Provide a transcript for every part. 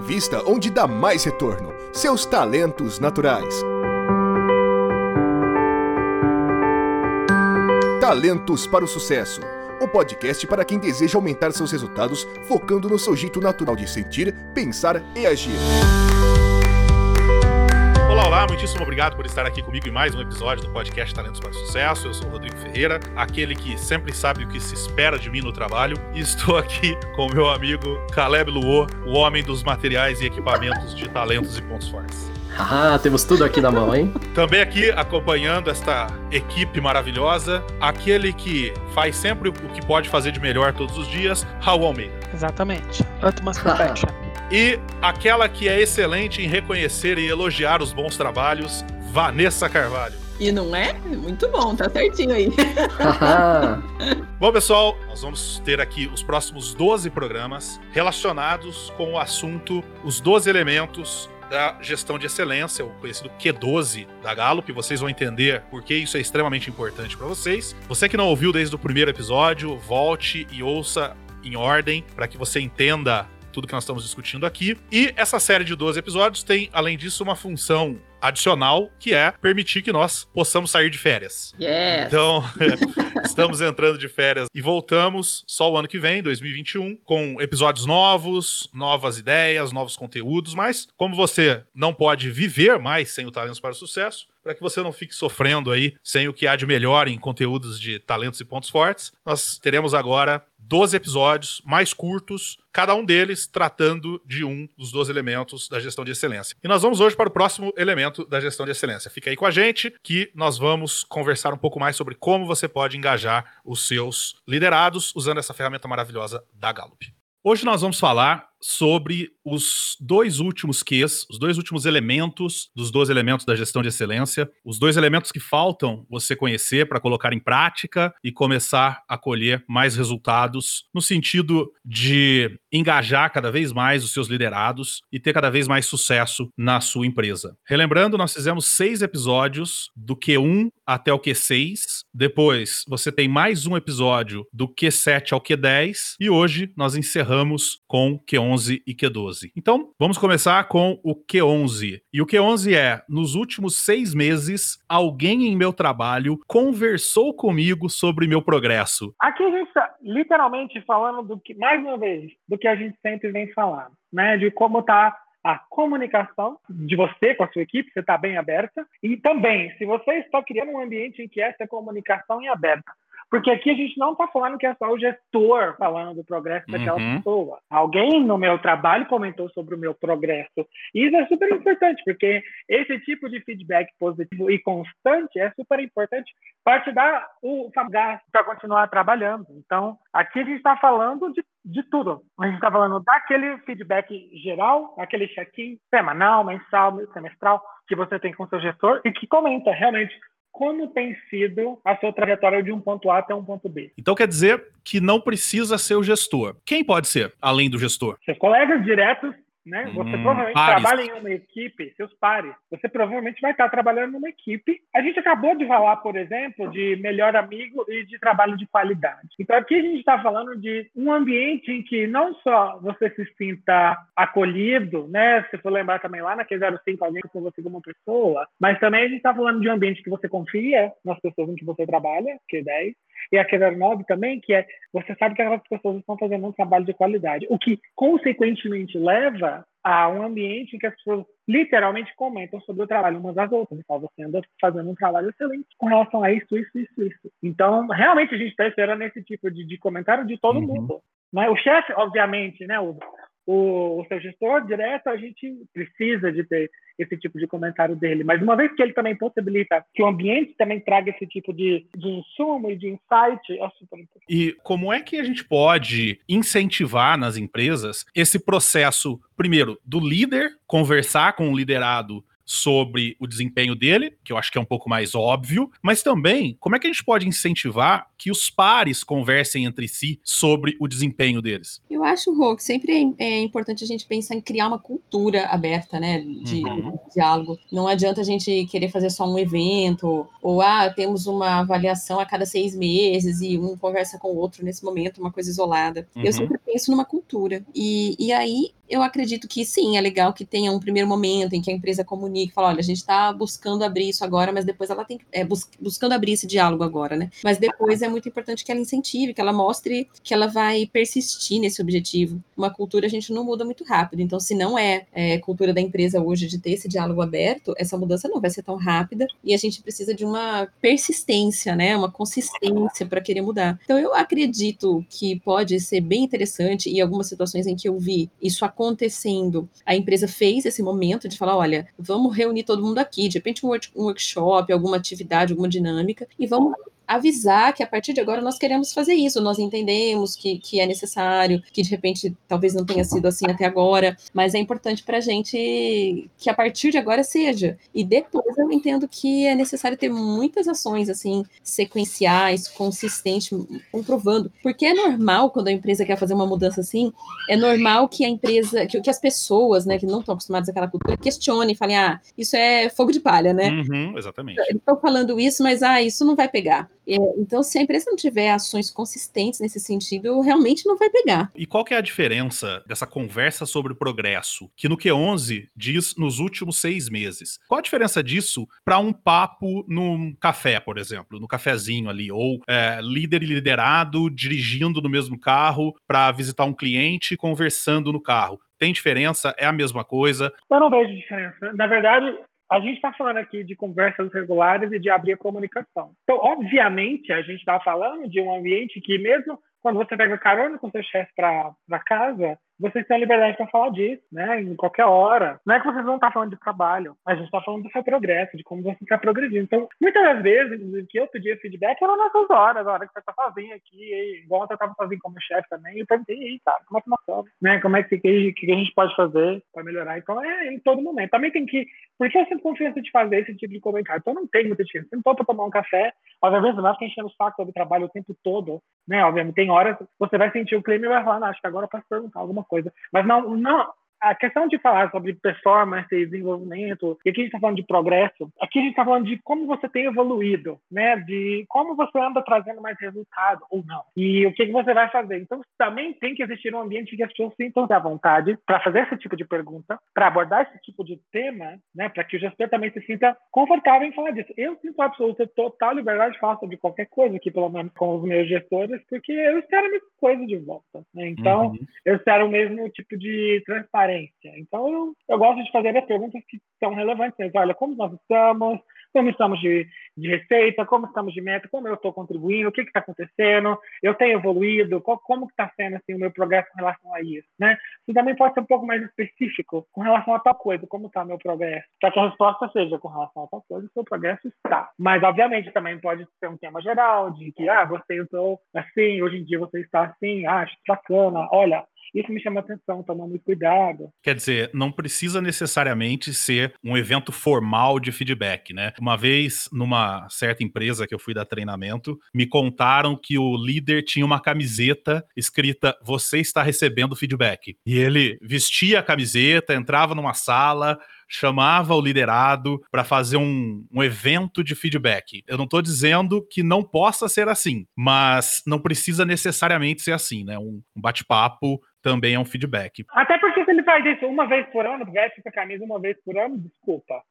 Invista onde dá mais retorno. Seus talentos naturais. Talentos para o Sucesso. O podcast para quem deseja aumentar seus resultados, focando no seu jeito natural de sentir, pensar e agir. Olá, muitíssimo obrigado por estar aqui comigo em mais um episódio do podcast Talentos para o Sucesso. Eu sou o Rodrigo Ferreira, aquele que sempre sabe o que se espera de mim no trabalho, e estou aqui com o meu amigo Caleb Luo, o homem dos materiais e equipamentos de talentos e pontos fortes. Temos tudo aqui na mão, hein? Também aqui acompanhando esta equipe maravilhosa, aquele que faz sempre o que pode fazer de melhor todos os dias, Raul Almeida. Exatamente. Utmost perfection. E aquela que é excelente em reconhecer e elogiar os bons trabalhos, Vanessa Carvalho. E não é? Muito bom, tá certinho aí. Bom, pessoal, nós vamos ter aqui os próximos 12 programas relacionados com o assunto os 12 elementos da gestão de excelência, o conhecido Q12 da Gallup. Vocês vão entender por que isso é extremamente importante para vocês. Você que não ouviu desde o primeiro episódio, volte e ouça em ordem para que você entenda tudo que nós estamos discutindo aqui. E essa série de 12 episódios tem, além disso, uma função adicional, que é permitir que nós possamos sair de férias. Yes. Então, estamos entrando de férias e voltamos só o ano que vem, 2021, com episódios novos, novas ideias, novos conteúdos, mas como você não pode viver mais sem o Talentos para o Sucesso, para que você não fique sofrendo aí sem o que há de melhor em conteúdos de talentos e pontos fortes, nós teremos agora 12 episódios mais curtos, cada um deles tratando de um dos 12 elementos da gestão de excelência. E nós vamos hoje para o próximo elemento da gestão de excelência. Fica aí com a gente que nós vamos conversar um pouco mais sobre como você pode engajar os seus liderados usando essa ferramenta maravilhosa da Gallup. Hoje nós vamos falar sobre os dois últimos Qs, os dois últimos elementos dos 12 elementos da gestão de excelência, os dois elementos que faltam você conhecer para colocar em prática e começar a colher mais resultados no sentido de engajar cada vez mais os seus liderados e ter cada vez mais sucesso na sua empresa. Relembrando, nós fizemos 6 episódios do Q1 até o Q6, depois você tem mais um episódio do Q7 ao Q10 e hoje nós encerramos com Q11 e Q12. Então, vamos começar com o Q11. E o Q11 é, nos últimos 6 meses, alguém em meu trabalho conversou comigo sobre meu progresso. Aqui a gente está literalmente falando do que, mais uma vez, do que a gente sempre vem falando, né? De como está a comunicação de você com a sua equipe, você está bem aberta. E também, se você está criando um ambiente em que essa comunicação é aberta. Porque aqui a gente não está falando que é só o gestor falando do progresso daquela pessoa. Alguém no meu trabalho comentou sobre o meu progresso. E isso é super importante, porque esse tipo de feedback positivo e constante é super importante para te dar o gás para continuar trabalhando. Então, aqui a gente está falando de tudo. A gente está falando daquele feedback geral, aquele check-in semanal, mensal, semestral, que você tem com o seu gestor e que comenta realmente como tem sido a sua trajetória de um ponto A até um ponto B. Então quer dizer que não precisa ser o gestor. Quem pode ser, além do gestor? Seus colegas diretos, né? Você provavelmente trabalha em uma equipe, seus pares. Você provavelmente vai estar trabalhando numa equipe. A gente acabou de falar, por exemplo, de melhor amigo e de trabalho de qualidade. Então aqui a gente está falando de um ambiente em que não só você se sinta acolhido, né? Se for lembrar também lá naquele 05 alguém com você como pessoa, mas também a gente está falando de um ambiente que você confia nas pessoas em que você trabalha, que é 10. E a Q09 também, que é, você sabe que aquelas pessoas estão fazendo um trabalho de qualidade, o que, consequentemente, leva a um ambiente em que as pessoas literalmente comentam sobre o trabalho umas às outras. Então, você anda fazendo um trabalho excelente com relação a isso. Então, realmente, a gente está esperando esse tipo de comentário de todo mundo. Né? O chefe, obviamente, né? O seu gestor direto, a gente precisa de ter esse tipo de comentário dele. Mas uma vez que ele também possibilita que o ambiente também traga esse tipo de insumo e de insight, é super importante. E como é que a gente pode incentivar nas empresas esse processo, primeiro, do líder conversar com o liderado sobre o desempenho dele, que eu acho que é um pouco mais óbvio, mas também como é que a gente pode incentivar que os pares conversem entre si sobre o desempenho deles? Eu acho, Rô, que sempre é importante a gente pensar em criar uma cultura aberta, né, de diálogo. Não adianta a gente querer fazer só um evento, ou temos uma avaliação a cada 6 meses e um conversa com o outro nesse momento, uma coisa isolada. Eu sempre penso numa cultura. E aí eu acredito que sim, é legal que tenha um primeiro momento em que a empresa comunique, fala, olha, a gente está buscando abrir isso agora, mas depois ela tem que, buscando abrir esse diálogo agora, né? Mas depois é muito importante que ela incentive, que ela mostre que ela vai persistir nesse objetivo. Uma cultura a gente não muda muito rápido, então se não é cultura da empresa hoje de ter esse diálogo aberto, essa mudança não vai ser tão rápida e a gente precisa de uma persistência, né? Uma consistência para querer mudar. Então eu acredito que pode ser bem interessante e algumas situações em que eu vi isso acontecendo, a empresa fez esse momento de falar, olha, vamos reunir todo mundo aqui, de repente um workshop, alguma atividade, alguma dinâmica, e vamos avisar que a partir de agora nós queremos fazer isso, nós entendemos que é necessário, que de repente talvez não tenha sido assim até agora, mas é importante para a gente que a partir de agora seja. E depois eu entendo que é necessário ter muitas ações assim, sequenciais, consistentes, comprovando, porque é normal quando a empresa quer fazer uma mudança assim, é normal que a empresa, que as pessoas, né, que não estão acostumadas àquela cultura, questionem, falem, isso é fogo de palha, né? Exatamente. Eles estão falando isso, mas isso não vai pegar. Então, se a empresa não tiver ações consistentes nesse sentido, realmente não vai pegar. E qual que é a diferença dessa conversa sobre o progresso, que no Q11 diz nos últimos 6 meses? Qual a diferença disso para um papo num café, por exemplo, no cafezinho ali, ou líder e liderado dirigindo no mesmo carro para visitar um cliente conversando no carro? Tem diferença? É a mesma coisa? Eu não vejo diferença. Na verdade, a gente está falando aqui de conversas regulares e de abrir a comunicação. Então, obviamente, a gente está falando de um ambiente que mesmo quando você pega carona com seu chefe para casa, vocês têm a liberdade para falar disso, né? Em qualquer hora. Não é que vocês não estão falando de trabalho, mas a gente está falando do seu progresso, de como você está progredindo. Então, muitas das vezes, inclusive, que eu pedia feedback eram nessas horas, a hora que você está sozinho aqui, e igual eu estava sozinho como chefe também, e eu perguntei, e aí, cara, como é que nós estamos? Né? Como é que a gente pode fazer para melhorar? Então, em todo momento. Também tem que... Porque eu sinto confiança de fazer esse tipo de comentário. Então, não tem muita diferença. Eu não estou para tomar um café, obviamente, não fica enchendo o saco sobre trabalho o tempo todo, né? Obviamente, tem horas você vai sentir o clima e vai falar, acho que agora eu posso perguntar alguma coisa. Mas não, a questão de falar sobre performance e desenvolvimento, e aqui a gente está falando de progresso, aqui a gente está falando de como você tem evoluído, né? De como você anda trazendo mais resultado ou não. E o que você vai fazer. Então, também tem que existir um ambiente que as pessoas sintam à vontade para fazer esse tipo de pergunta, para abordar esse tipo de tema, né? Para que o gestor também se sinta confortável em falar disso. Eu sinto absoluta total liberdade de falar sobre qualquer coisa aqui, pelo menos com os meus gestores, porque eu espero a mesma coisa de volta, né? Então, eu espero o mesmo tipo de transparência. Então, eu gosto de fazer as perguntas que são relevantes. Olha, como nós estamos, como estamos de receita, como estamos de meta, como eu estou contribuindo, o que está acontecendo, eu tenho evoluído, como está sendo assim, o meu progresso em relação a isso, né? Você também pode ser um pouco mais específico com relação a tal coisa, como está o meu progresso, para que a resposta seja com relação a tal coisa, o seu progresso está. Mas, obviamente, também pode ser um tema geral, de que, você entrou assim, hoje em dia você está assim, acho bacana, olha, isso me chama atenção, toma muito cuidado. Quer dizer, não precisa necessariamente ser um evento formal de feedback, né? Uma vez, numa certa empresa que eu fui dar treinamento, me contaram que o líder tinha uma camiseta escrita "Você está recebendo feedback". E ele vestia a camiseta, entrava numa sala, chamava o liderado para fazer um evento de feedback. Eu não estou dizendo que não possa ser assim, mas não precisa necessariamente ser assim, né? Um bate-papo também é um feedback. Até porque se ele faz isso uma vez por ano, veste essa camisa uma vez por ano, desculpa.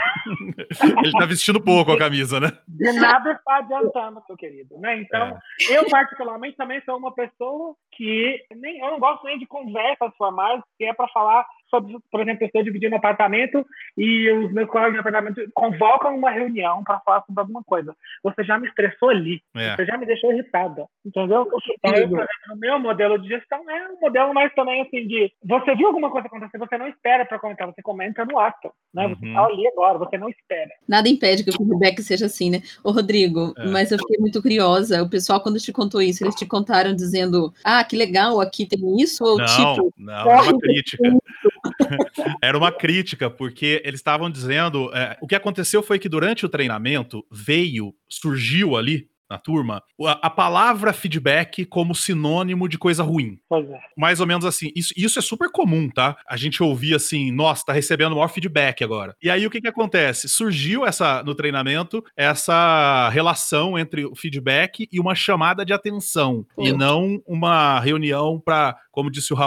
Ele tá vestindo pouco a camisa, né? De nada está adiantando, meu querido, né? Então, eu particularmente também sou uma pessoa que eu não gosto nem de conversas formais, que é para falar sobre, por exemplo, eu estou dividindo apartamento e os meus colegas de apartamento convocam uma reunião para falar sobre alguma coisa. Você já me estressou ali, você já me deixou irritada, entendeu? Então, por exemplo, o meu modelo de gestão é um modelo mais também assim de, você viu alguma coisa acontecer, você não espera para comentar, você comenta no ato, né? Você está ali agora, você não espera. Nada impede que o feedback seja assim, né? Ô, Rodrigo, mas eu fiquei muito curiosa, o pessoal quando te contou isso, eles te contaram dizendo, que legal, aqui tem isso, ou não, era uma crítica. Era uma crítica, porque eles estavam dizendo, o que aconteceu foi que durante o treinamento surgiu ali na turma, a palavra feedback como sinônimo de coisa ruim. Pois é. Mais ou menos assim. Isso é super comum, tá? A gente ouvia assim, nossa, tá recebendo o maior feedback agora. E aí o que acontece? Surgiu no treinamento essa relação entre o feedback e uma chamada de atenção. E não uma reunião para, como disse o Raul,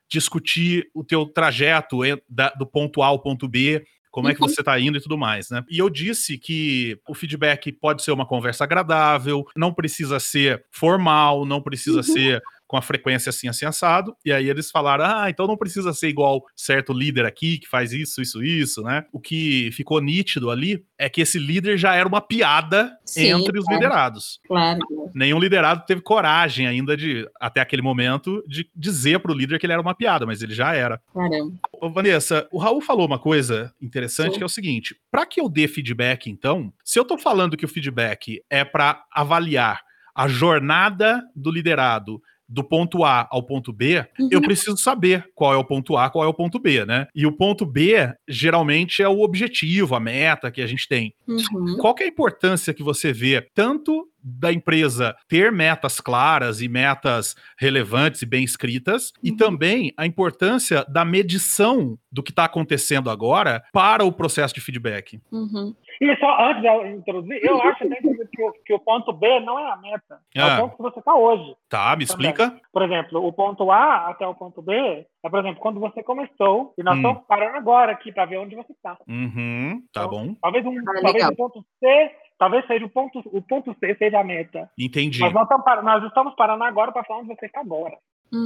discutir o teu trajeto do ponto A ao ponto B, como é que você tá indo e tudo mais, né? E eu disse que o feedback pode ser uma conversa agradável, não precisa ser formal, não precisa ser com a frequência assim assado. E aí eles falaram, então não precisa ser igual certo líder aqui, que faz isso, né? O que ficou nítido ali é que esse líder já era uma piada entre os liderados. Claro. Nenhum liderado teve coragem ainda até aquele momento, de dizer pro líder que ele era uma piada, mas ele já era. Caramba. Ô, Vanessa, o Raul falou uma coisa interessante, que é o seguinte, para que eu dê feedback, então, se eu tô falando que o feedback é para avaliar a jornada do liderado do ponto A ao ponto B, eu preciso saber qual é o ponto A, qual é o ponto B, né? E o ponto B, geralmente, é o objetivo, a meta que a gente tem. Qual que é a importância que você vê, tanto da empresa ter metas claras e metas relevantes e bem escritas, e também a importância da medição do que está acontecendo agora para o processo de feedback? E só antes de eu introduzir, eu acho até que o ponto B não é a meta. É o ponto que você está hoje. Tá, me explica. Por exemplo, o ponto A até o ponto B é, por exemplo, quando você começou, e nós estamos parando agora aqui para ver onde você está. Tá então, bom. Talvez o ponto C, talvez seja o ponto C seja a meta. Entendi. Mas nós estamos parando agora para falar onde você está agora.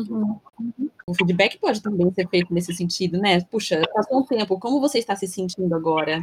O feedback pode também ser feito nesse sentido, né? Puxa, passou um tempo, como você está se sentindo agora?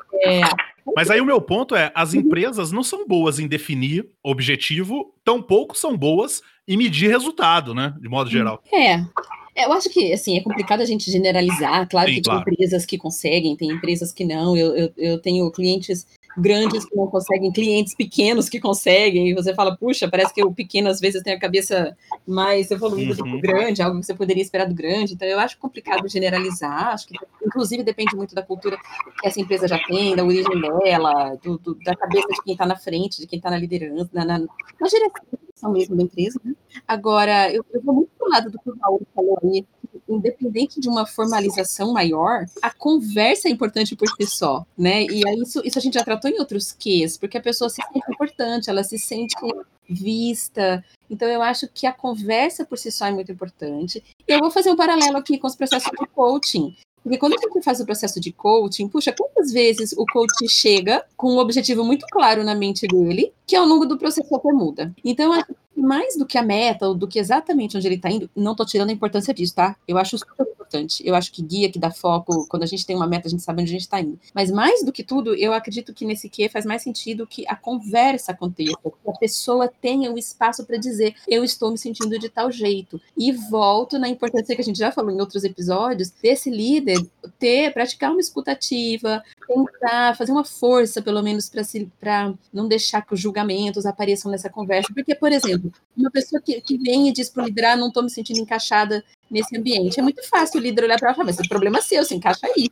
Mas aí o meu ponto é, as empresas não são boas em definir objetivo, tampouco são boas em medir resultado, né? De modo geral. Eu acho que, assim, é complicado a gente generalizar. Claro que tem empresas que conseguem, tem empresas que não. Eu tenho clientes grandes que não conseguem, clientes pequenos que conseguem, e você fala, puxa, parece que o pequeno às vezes tem a cabeça mais evoluída do que o grande, algo que você poderia esperar do grande. Então eu acho complicado generalizar, acho que inclusive depende muito da cultura que essa empresa já tem, da origem dela, da cabeça de quem está na frente, de quem está na liderança, na direção mesmo da empresa, né? Agora, eu vou muito pro lado do que o Raul falou aí, independente de uma formalização maior, a conversa é importante por si só, né? E aí isso a gente já tratou em outros Qs, porque a pessoa se sente importante, ela se sente vista. Então, eu acho que a conversa por si só é muito importante. E eu vou fazer um paralelo aqui com os processos de coaching. Porque quando a gente faz o processo de coaching, puxa, quantas vezes o coach chega com um objetivo muito claro na mente dele, que ao longo do processo até muda. Então, acho que mais do que a meta, ou do que exatamente onde ele está indo, não estou tirando a importância disso, tá? Eu acho super importante. Eu acho que guia, que dá foco, quando a gente tem uma meta, a gente sabe onde a gente está indo. Mas mais do que tudo, eu acredito que nesse Q faz mais sentido que a conversa aconteça, que a pessoa tenha o espaço para dizer, eu estou me sentindo de tal jeito. E volto na importância que a gente já falou em outros episódios, desse líder praticar uma escutativa, tentar fazer uma força, pelo menos, para não deixar que os julgamentos apareçam nessa conversa. Porque, por exemplo, uma pessoa que vem e diz para o líder, não estou me sentindo encaixada nesse ambiente, é muito fácil o líder olhar para ela e falar, mas esse problema é seu, se encaixa aí.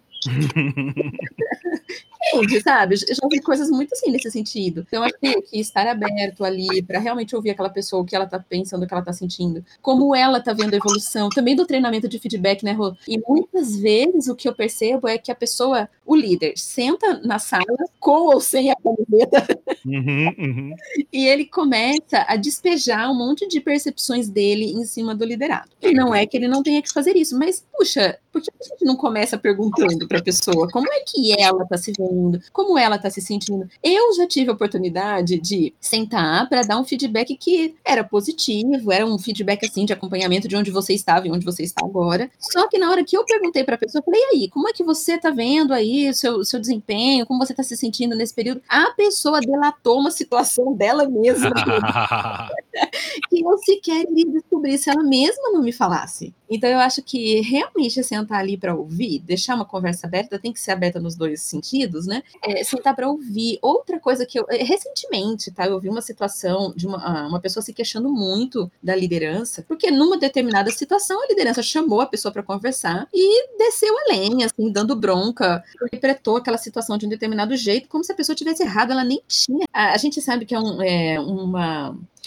Entende, sabe? Já vi coisas muito assim nesse sentido. Então, acho que estar aberto ali para realmente ouvir aquela pessoa, o que ela tá pensando, o que ela tá sentindo, como ela tá vendo a evolução, também do treinamento de feedback, né, Rô? E muitas vezes o que eu percebo é que a pessoa, o líder, senta na sala, com ou sem a camiseta, e ele começa a despejar um monte de percepções dele em cima do liderado. E não é que ele não tenha que fazer isso, mas, puxa, por que a gente não começa perguntando para a pessoa como é que ela está se vendo, como ela está se sentindo? Eu já tive a oportunidade de sentar para dar um feedback que era positivo, era um feedback assim de acompanhamento de onde você estava e onde você está agora. Só que na hora que eu perguntei para a pessoa, eu falei, e aí, como é que você está vendo aí o seu desempenho, como você está se sentindo nesse período? A pessoa delatou uma situação dela mesma que eu sequer iria descobrir se ela mesma não me falasse. Então, eu acho que realmente sentar ali para ouvir, deixar uma conversa aberta, tem que ser aberta nos dois sentidos, né? Sentar para ouvir. Outra coisa que eu, recentemente, tá? Eu ouvi uma situação de uma pessoa se queixando muito da liderança, porque numa determinada situação, a liderança chamou a pessoa para conversar e desceu a lenha, assim, dando bronca, interpretou aquela situação de um determinado jeito, como se a pessoa tivesse errado, ela nem tinha. A gente sabe que é uma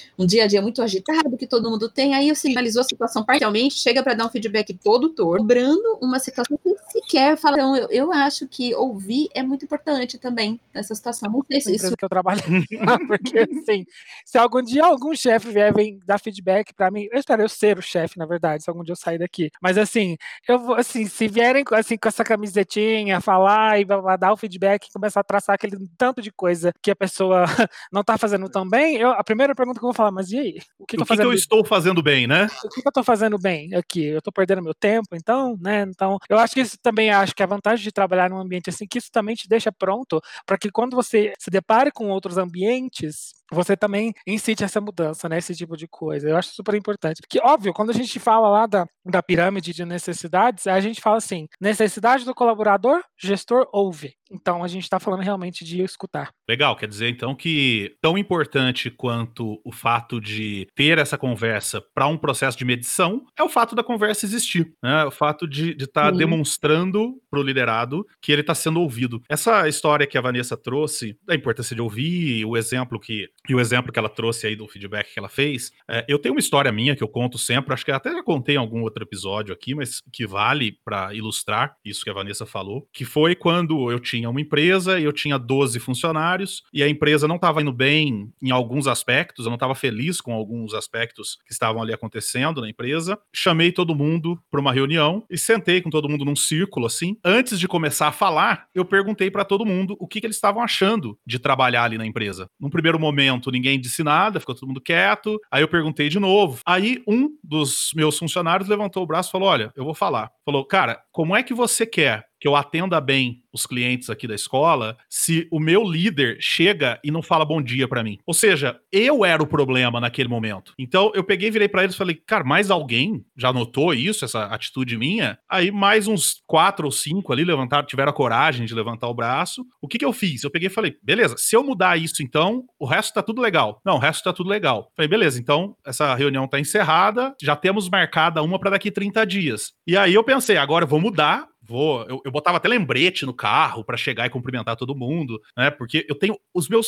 um dia a dia muito agitado que todo mundo tem, aí você analisou a situação parcialmente, chega para dar um feedback todo torto, cobrando uma situação que sequer fala. Então, eu acho que ouvir é muito importante também nessa situação. Não sei se isso que eu trabalho, porque assim, se algum dia algum chefe vier dar feedback para mim, eu espero eu ser o chefe, na verdade, se algum dia eu sair daqui. Mas assim, eu vou, assim, se vierem assim com essa camisetinha, falar e dar o feedback, começar a traçar aquele tanto de coisa que a pessoa não tá fazendo tão bem, a primeira pergunta que eu vou falar, mas e aí? O que eu estou fazendo bem, né? O que eu tô fazendo bem aqui? Eu tô perdendo meu tempo, então, né? Então, eu acho que isso também, acho que a vantagem de trabalhar num ambiente assim, que isso também te deixa pronto para que quando você se depare com outros ambientes, você também incite essa mudança, né? Esse tipo de coisa. Eu acho super importante. Porque, óbvio, quando a gente fala lá da pirâmide de necessidades, a gente fala assim, necessidade do colaborador, gestor ouve. Então, a gente está falando realmente de escutar. Legal, quer dizer, então, que tão importante quanto o fato de ter essa conversa para um processo de medição é o fato da conversa existir, né? O fato de estar demonstrando para o liderado que ele está sendo ouvido. Essa história que a Vanessa trouxe, da importância de ouvir, o exemplo que ela trouxe aí do feedback que ela fez, eu tenho uma história minha que eu conto sempre, acho que até já contei em algum outro episódio aqui, mas que vale para ilustrar isso que a Vanessa falou, que foi quando eu tinha uma empresa e eu tinha 12 funcionários e a empresa não estava indo bem em alguns aspectos, eu não estava feliz com alguns aspectos que estavam ali acontecendo na empresa. Chamei todo mundo para uma reunião e sentei com todo mundo num círculo assim. Antes de começar a falar, eu perguntei para todo mundo o que eles estavam achando de trabalhar ali na empresa. Num primeiro momento, ninguém disse nada, ficou todo mundo quieto. Aí eu perguntei de novo. Aí um dos meus funcionários levantou o braço e falou: olha, eu vou falar. Falou: cara, como é que você quer que eu atenda bem os clientes aqui da escola se o meu líder chega e não fala bom dia pra mim? Ou seja, eu era o problema naquele momento. Então eu peguei, virei pra eles e falei: cara, mais alguém já notou isso, essa atitude minha? Aí mais uns 4 ou 5 ali tiveram a coragem de levantar o braço. O que eu fiz? Eu peguei e falei: beleza, se eu mudar isso então, o resto tá tudo legal. Não, o resto tá tudo legal. Falei: beleza, então essa reunião tá encerrada, já temos marcada uma pra daqui 30 dias. E aí eu pensei, agora eu vou mudar. Eu botava até lembrete no carro pra chegar e cumprimentar todo mundo, né? Porque eu tenho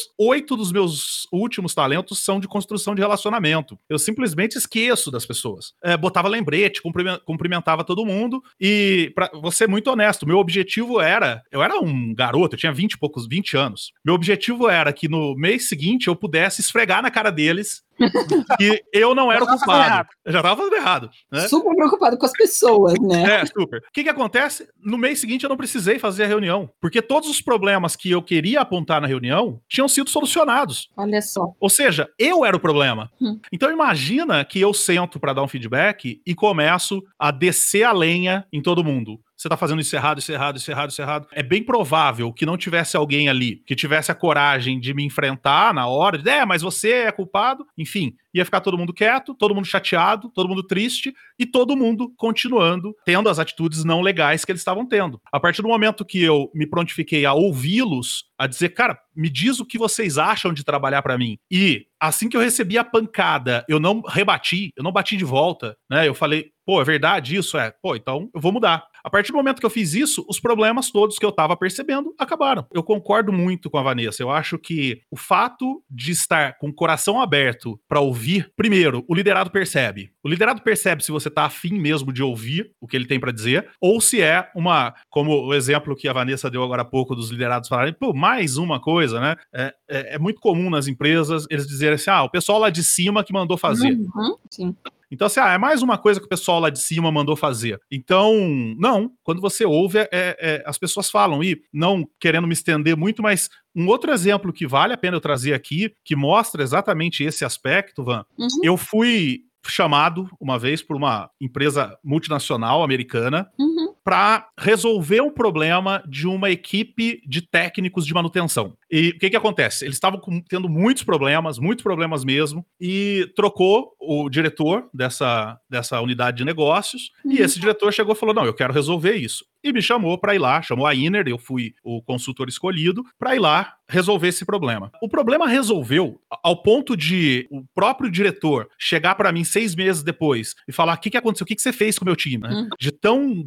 8 dos meus últimos talentos são de construção de relacionamento. Eu simplesmente esqueço das pessoas. Botava lembrete, cumprimentava todo mundo e, pra ser muito honesto, meu objetivo eu era um garoto, eu tinha 20 anos. Meu objetivo era que no mês seguinte eu pudesse esfregar na cara deles que eu não era o culpado. Eu já tava fazendo errado. Né? Super preocupado com as pessoas, né? Super. O que acontece? No mês seguinte eu não precisei fazer a reunião, porque todos os problemas que eu queria apontar na reunião tinham sido solucionados. Olha só. Ou seja, eu era o problema. Então imagina que eu sento para dar um feedback e começo a descer a lenha em todo mundo. Você tá fazendo isso errado, isso errado, isso errado, isso errado. É bem provável que não tivesse alguém ali que tivesse a coragem de me enfrentar na hora, mas você é culpado. Enfim, ia ficar todo mundo quieto, todo mundo chateado, todo mundo triste e todo mundo continuando tendo as atitudes não legais que eles estavam tendo. A partir do momento que eu me prontifiquei a ouvi-los, a dizer, cara, me diz o que vocês acham de trabalhar pra mim. E assim que eu recebi a pancada, eu não rebati, eu não bati de volta, né? Eu falei, pô, é verdade isso? Então eu vou mudar. A partir do momento que eu fiz isso, os problemas todos que eu tava percebendo acabaram. Eu concordo muito com a Vanessa. Eu acho que o fato de estar com o coração aberto pra ouvir, primeiro, o liderado percebe. O liderado percebe se você tá afim mesmo de ouvir o que ele tem pra dizer, ou se é como o exemplo que a Vanessa deu agora há pouco dos liderados falarem, pô, mais uma coisa, né? É muito comum nas empresas eles dizerem assim, o pessoal lá de cima que mandou fazer. Sim. Então, assim, é mais uma coisa que o pessoal lá de cima mandou fazer. Então, não, quando você ouve, as pessoas falam, e não querendo me estender muito, mas um outro exemplo que vale a pena eu trazer aqui, que mostra exatamente esse aspecto, Van, eu fui chamado uma vez por uma empresa multinacional americana para resolver um problema de uma equipe de técnicos de manutenção. E o que acontece? Eles estavam tendo muitos problemas mesmo, e trocou o diretor dessa unidade de negócios, e esse diretor chegou e falou, não, eu quero resolver isso. E me chamou para ir lá, chamou a Inner, eu fui o consultor escolhido, para ir lá resolver esse problema. O problema resolveu ao ponto de o próprio diretor chegar para mim 6 meses depois e falar, o que aconteceu? O que você fez com o meu time? Né? De tão gritante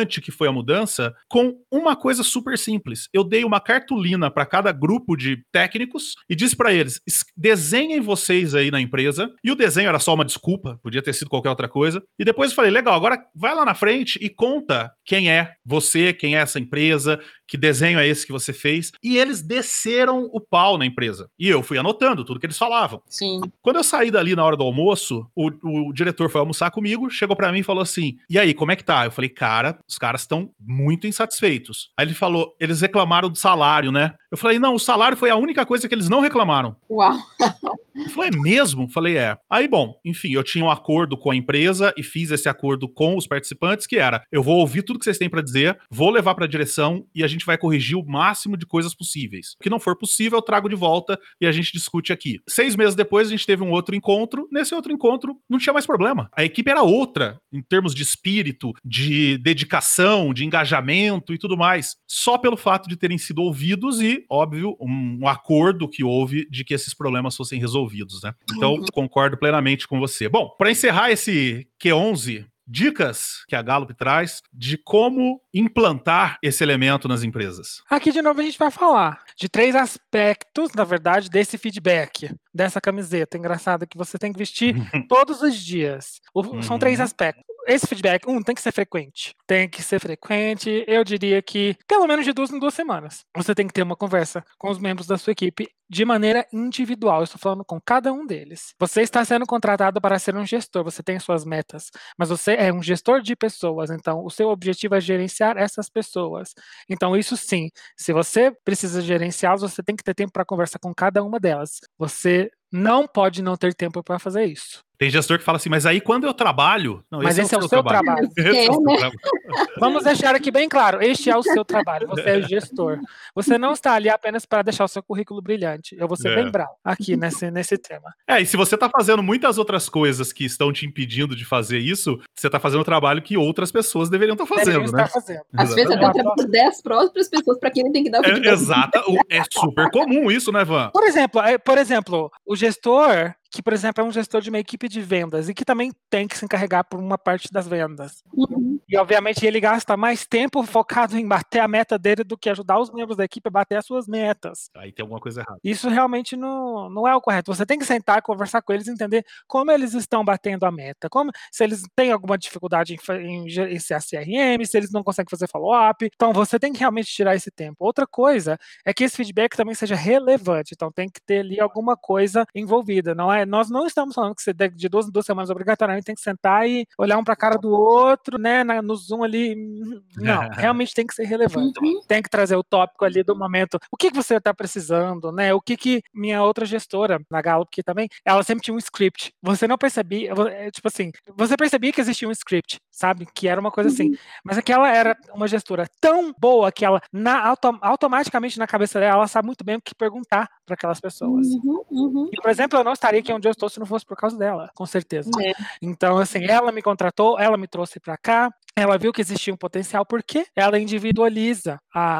gigante que foi a mudança com uma coisa super simples. Eu dei uma cartolina para cada grupo de técnicos e disse para eles, desenhem vocês aí na empresa, e o desenho era só uma desculpa, podia ter sido qualquer outra coisa, e depois eu falei, legal, agora vai lá na frente e conta quem é você, quem é essa empresa, que desenho é esse que você fez, e eles desceram o pau na empresa. E eu fui anotando tudo que eles falavam. Sim. Quando eu saí dali na hora do almoço, o diretor foi almoçar comigo, chegou pra mim e falou assim, e aí, como é que tá? Eu falei, cara, os caras estão muito insatisfeitos. Aí ele falou, eles reclamaram do salário, né? Eu falei, não, o salário foi a única coisa que eles não reclamaram. Uau! Ele falou, é mesmo? Eu falei, é. Aí, bom, enfim, eu tinha um acordo com a empresa e fiz esse acordo com os participantes, que era, eu vou ouvir tudo que vocês têm pra dizer, vou levar pra direção e a gente vai corrigir o máximo de coisas possíveis. O que não for possível, eu trago de volta e a gente discute aqui. 6 meses depois, a gente teve um outro encontro. Nesse outro encontro, não tinha mais problema. A equipe era outra, em termos de espírito, de dedicação, de engajamento e tudo mais. Só pelo fato de terem sido ouvidos e, óbvio, um acordo que houve de que esses problemas fossem resolvidos, né? Então, concordo plenamente com você. Bom, para encerrar esse Q11, dicas que a Gallup traz de como implantar esse elemento nas empresas. Aqui, de novo, a gente vai falar de 3 aspectos, na verdade, desse feedback, dessa camiseta engraçada que você tem que vestir todos os dias. São 3 aspectos. Esse feedback, tem que ser frequente. Tem que ser frequente. Eu diria que pelo menos de 2 em 2 semanas. Você tem que ter uma conversa com os membros da sua equipe de maneira individual. Eu estou falando com cada um deles. Você está sendo contratado para ser um gestor. Você tem suas metas. Mas você é um gestor de pessoas. Então, o seu objetivo é gerenciar essas pessoas. Então, isso sim. Se você precisa gerenciá-las, você tem que ter tempo para conversar com cada uma delas. Você não pode não ter tempo para fazer isso. Tem gestor que fala assim, mas aí quando eu trabalho... Não, mas esse é o seu trabalho. Esse é o seu trabalho. Vamos deixar aqui bem claro, este é o seu trabalho, você é gestor. Você não está ali apenas para deixar o seu currículo brilhante. Eu vou ser bem bravo aqui nesse tema. E se você está fazendo muitas outras coisas que estão te impedindo de fazer isso, você está fazendo o trabalho que outras pessoas deveriam estar fazendo, né? Às vezes até para 10 próprias pessoas para quem ele tem que dar o feedback. Exato, é super comum isso, né, Van? Por exemplo, o gestor que, por exemplo, é um gestor de uma equipe de vendas e que também tem que se encarregar por uma parte das vendas. E, obviamente, ele gasta mais tempo focado em bater a meta dele do que ajudar os membros da equipe a bater as suas metas. Aí tem alguma coisa errada. Isso realmente não é o correto. Você tem que sentar, conversar com eles, entender como eles estão batendo a meta, se eles têm alguma dificuldade em gerenciar CRM, se eles não conseguem fazer follow-up. Então, você tem que realmente tirar esse tempo. Outra coisa é que esse feedback também seja relevante. Então, tem que ter ali alguma coisa envolvida. Nós não estamos falando que você de 2 em 2 semanas obrigatoriamente tem que sentar e olhar um para a cara do outro, né, no Zoom ali. Não, realmente tem que ser relevante. Tem que trazer o tópico ali do momento. O que você está precisando, né? O que minha outra gestora na Gallup aqui também, ela sempre tinha um script. Você não percebia, tipo assim, você percebia que existia um script, sabe? Que era uma coisa assim. Mas é que ela era uma gestora tão boa que ela, automaticamente na cabeça dela, ela sabe muito bem o que perguntar para aquelas pessoas. E, por exemplo, eu não estaria aqui onde eu estou se não fosse por causa dela, com certeza. Então, assim, ela me contratou, ela me trouxe para cá, ela viu que existia um potencial, porque ela individualiza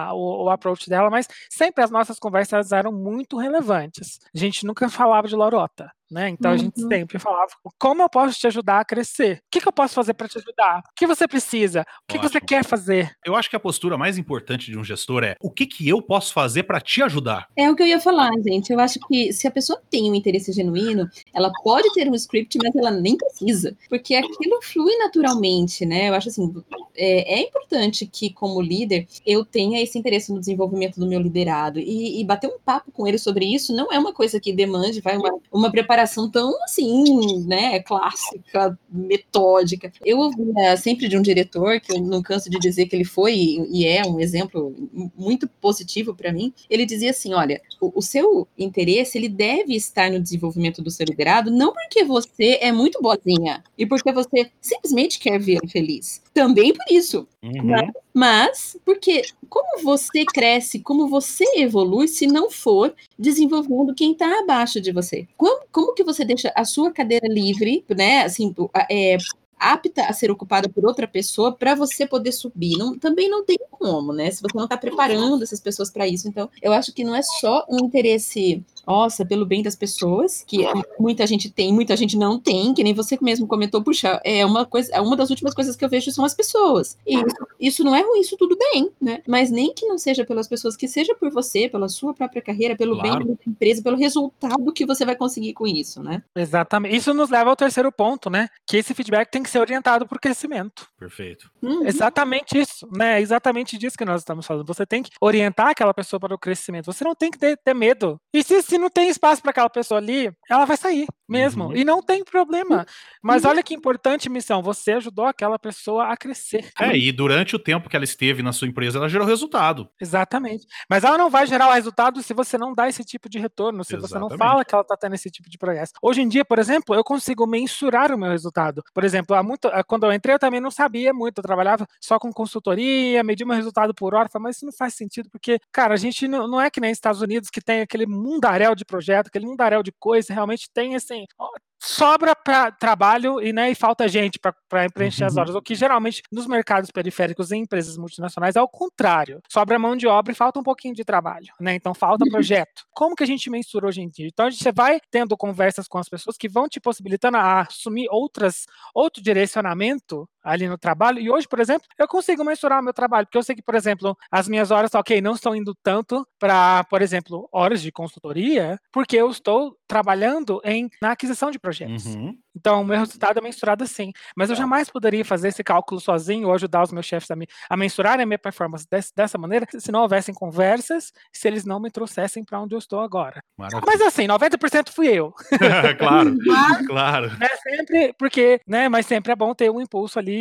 o approach dela, mas sempre as nossas conversas eram muito relevantes. A gente nunca falava de lorota, né? Então a gente sempre falava, como eu posso te ajudar a crescer? O que eu posso fazer para te ajudar? O que você precisa? O que você quer fazer? Eu acho que a postura mais importante de um gestor é, o que eu posso fazer para te ajudar? É o que eu ia falar, gente. Eu acho que se a pessoa tem um interesse genuíno, ela pode ter um script, mas ela nem precisa, porque aquilo flui naturalmente, né? Eu acho assim, é importante que, como líder, eu tenha esse interesse no desenvolvimento do meu liderado e bater um papo com ele sobre isso não é uma coisa que demande uma preparação tão assim, né, clássica, metódica. Eu ouvia sempre de um diretor, que eu não canso de dizer que ele foi e é um exemplo muito positivo para mim. Ele dizia assim, olha, o seu interesse, ele deve estar no desenvolvimento do seu liderado, não porque você é muito boazinha e porque você simplesmente quer vê-lo feliz. Também por isso. Mas porque como você cresce, como você evolui, se não for desenvolvendo quem está abaixo de você? Como que você deixa a sua cadeira livre, né? Assim, apta a ser ocupada por outra pessoa para você poder subir? Também não tem como, né? Se você não está preparando essas pessoas para isso. Então, eu acho que não é só um interesse nossa, pelo bem das pessoas, que muita gente tem, muita gente não tem, que nem você mesmo comentou, puxa, uma das últimas coisas que eu vejo são as pessoas. E isso não é ruim, isso tudo bem, né? Mas nem que não seja pelas pessoas, que seja por você, pela sua própria carreira, pelo bem da empresa, pelo resultado que você vai conseguir com isso, né? Exatamente. Isso nos leva ao terceiro ponto, né? Que esse feedback tem que ser orientado para o crescimento. Perfeito. Exatamente isso, né? Exatamente disso que nós estamos falando. Você tem que orientar aquela pessoa para o crescimento. Você não tem que ter medo. E se não tem espaço para aquela pessoa ali, ela vai sair mesmo. E não tem problema. Mas olha que importante missão. Você ajudou aquela pessoa a crescer. E durante o tempo que ela esteve na sua empresa, ela gerou resultado. Exatamente. Mas ela não vai gerar o resultado se você não dá esse tipo de retorno, se você não fala que ela está tendo esse tipo de progresso. Hoje em dia, por exemplo, eu consigo mensurar o meu resultado. Por exemplo, quando eu entrei, eu também não sabia muito. Eu trabalhava só com consultoria, media meu resultado por hora, mas isso não faz sentido, porque, cara, a gente não é que nem Estados Unidos, que tem aquele mundaréu de projeto, aquele mundaréu de coisa, realmente tem, assim, sobra para trabalho e falta gente para preencher as horas. O que geralmente nos mercados periféricos em empresas multinacionais é o contrário. Sobra mão de obra e falta um pouquinho de trabalho, né? Então falta projeto. Como que a gente mensura hoje em dia? Então a gente vai tendo conversas com as pessoas que vão te possibilitando a assumir outro direcionamento ali no trabalho. E hoje, por exemplo, eu consigo mensurar o meu trabalho, porque eu sei que, por exemplo, as minhas horas, não estão indo tanto para, por exemplo, horas de consultoria, porque eu estou trabalhando na aquisição de projetos. Então, o meu resultado é mensurado assim. Mas eu jamais poderia fazer esse cálculo sozinho ou ajudar os meus chefes a mensurarem a minha performance dessa maneira se não houvessem conversas, se eles não me trouxessem para onde eu estou agora. Maravilha. Mas assim, 90% fui eu. Claro. Sempre, porque, né, mas sempre é bom ter um impulso ali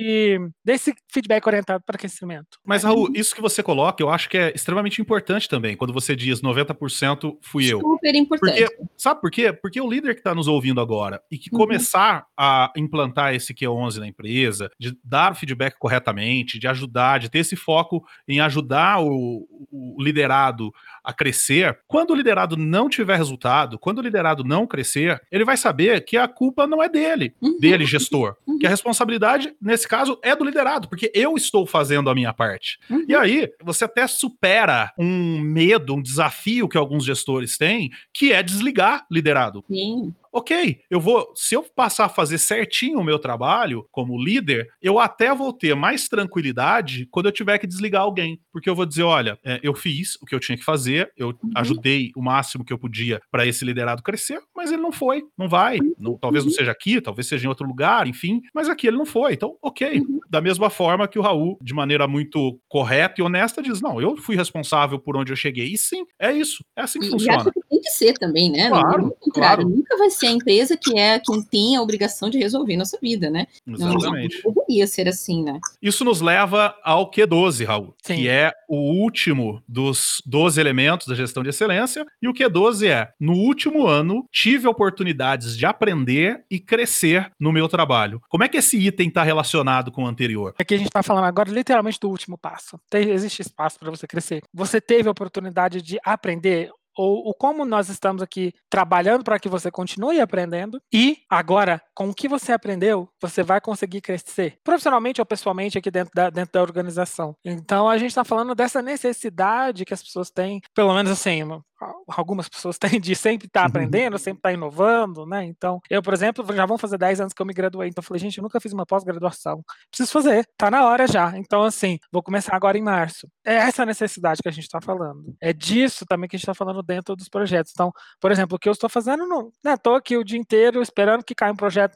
desse feedback orientado para crescimento. Mas, Raul, isso que você coloca, eu acho que é extremamente importante também, quando você diz 90% fui eu. Super importante. Sabe por quê? Porque o líder que está nos ouvindo agora e que começar a implantar esse Q11 na empresa, de dar o feedback corretamente, de ajudar, de ter esse foco em ajudar o liderado a crescer, quando o liderado não tiver resultado, quando o liderado não crescer, ele vai saber que a culpa não é dele, gestor, que a responsabilidade, nesse caso, é do liderado, porque eu estou fazendo a minha parte. E aí, você até supera um medo, um desafio que alguns gestores têm, que é desligar liderado. Sim. Ok, se eu passar a fazer certinho o meu trabalho como líder, eu até vou ter mais tranquilidade quando eu tiver que desligar alguém, porque eu vou dizer, olha, eu fiz o que eu tinha que fazer, eu ajudei o máximo que eu podia para esse liderado crescer, mas ele não foi, não vai, talvez não seja aqui, talvez seja em outro lugar, enfim, mas aqui ele não foi, então ok. Da mesma forma que o Raul, de maneira muito correta e honesta, diz, não, eu fui responsável por onde eu cheguei, e sim, é isso, é assim que funciona. E acho que tem que ser também, né? Claro, claro. Nunca vai ser a empresa que é quem tem a obrigação de resolver nossa vida, né? Exatamente. Não deveria ser assim, né? Isso nos leva ao Q12, Raul, Sim. que é o último dos 12 elementos da gestão de excelência, e o Q12 é, no último ano, tive oportunidades de aprender e crescer no meu trabalho. Como é que esse item está relacionado com o anterior? Aqui a gente está falando agora literalmente do último passo. Existe espaço para você crescer. Você teve a oportunidade de aprender ou como nós estamos aqui trabalhando para que você continue aprendendo e agora, com o que você aprendeu, você vai conseguir crescer profissionalmente ou pessoalmente aqui dentro da organização. Então, a gente está falando dessa necessidade que as pessoas têm, pelo menos assim, algumas pessoas têm de sempre estar aprendendo, sempre estar inovando, né? Então, eu, por exemplo, já vão fazer 10 anos que eu me graduei, então eu falei, gente, eu nunca fiz uma pós-graduação. Preciso fazer, tá na hora já. Então, assim, vou começar agora em março. É essa necessidade que a gente está falando. É disso também que a gente está falando dentro dos projetos. Então, por exemplo, o que eu estou fazendo, estou aqui o dia inteiro esperando que caia um projeto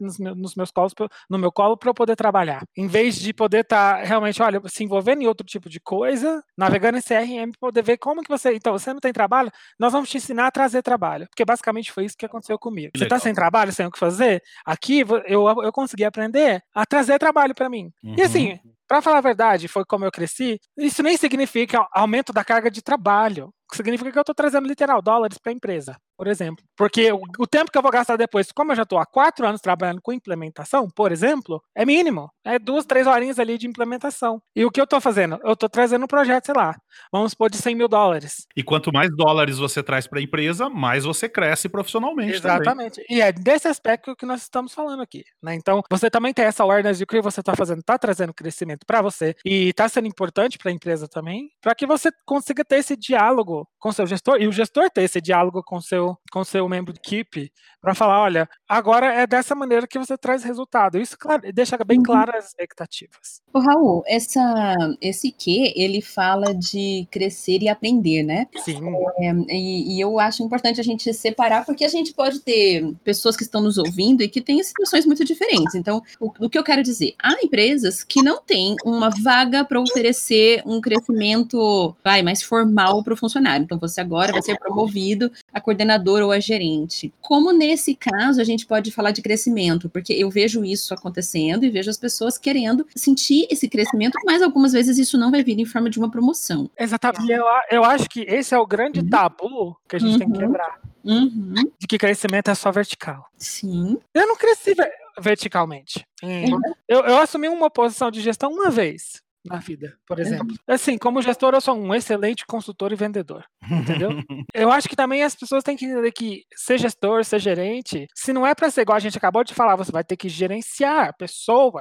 no meu colo para eu poder trabalhar. Em vez de poder estar realmente, olha, se envolvendo em outro tipo de coisa, navegando em CRM, poder ver como que você não tem trabalho, nós vamos te ensinar a trazer trabalho, porque basicamente foi isso que aconteceu comigo. Você está sem trabalho, sem o que fazer? Aqui eu consegui aprender a trazer trabalho para mim. E assim, para falar a verdade, foi como eu cresci, isso nem significa aumento da carga de trabalho. Significa que eu estou trazendo literal dólares para a empresa, por exemplo. Porque o tempo que eu vou gastar depois, como eu já estou há 4 anos trabalhando com implementação, por exemplo, é mínimo. É 2, 3 horinhas ali de implementação. E o que eu estou fazendo? Eu estou trazendo um projeto, sei lá, vamos supor de $100 mil. E quanto mais dólares você traz para a empresa, mais você cresce profissionalmente. Exatamente. Também. E é desse aspecto que nós estamos falando aqui, né? Então, você também tem essa awareness de que você está fazendo, está trazendo crescimento para você e está sendo importante para a empresa também, para que você consiga ter esse diálogo diálogo com o seu gestor, e o gestor ter esse diálogo com o seu membro de equipe, para falar, olha, agora é dessa maneira que você traz resultado. Isso deixa bem claras as expectativas. Ô, Raul, esse Q, ele fala de crescer e aprender, né? Sim. E eu acho importante a gente separar, porque a gente pode ter pessoas que estão nos ouvindo e que têm situações muito diferentes. Então, o que eu quero dizer? Há empresas que não têm uma vaga para oferecer um crescimento mais formal para o funcionário. Então, você agora vai ser promovido a coordenador ou a gerente. Como nesse caso a gente pode falar de crescimento? Porque eu vejo isso acontecendo e vejo as pessoas querendo sentir esse crescimento, mas algumas vezes isso não vai vir em forma de uma promoção. Exatamente. Eu acho que esse é o grande tabu que a gente tem que quebrar. De que crescimento é só vertical. Sim. Eu não cresci verticalmente. Eu assumi uma posição de gestão uma vez na vida, por exemplo. Assim, como gestor, eu sou um excelente consultor e vendedor, entendeu? Eu acho que também as pessoas têm que entender que ser gestor, ser gerente, se não é para ser igual a gente acabou de falar, você vai ter que gerenciar pessoas.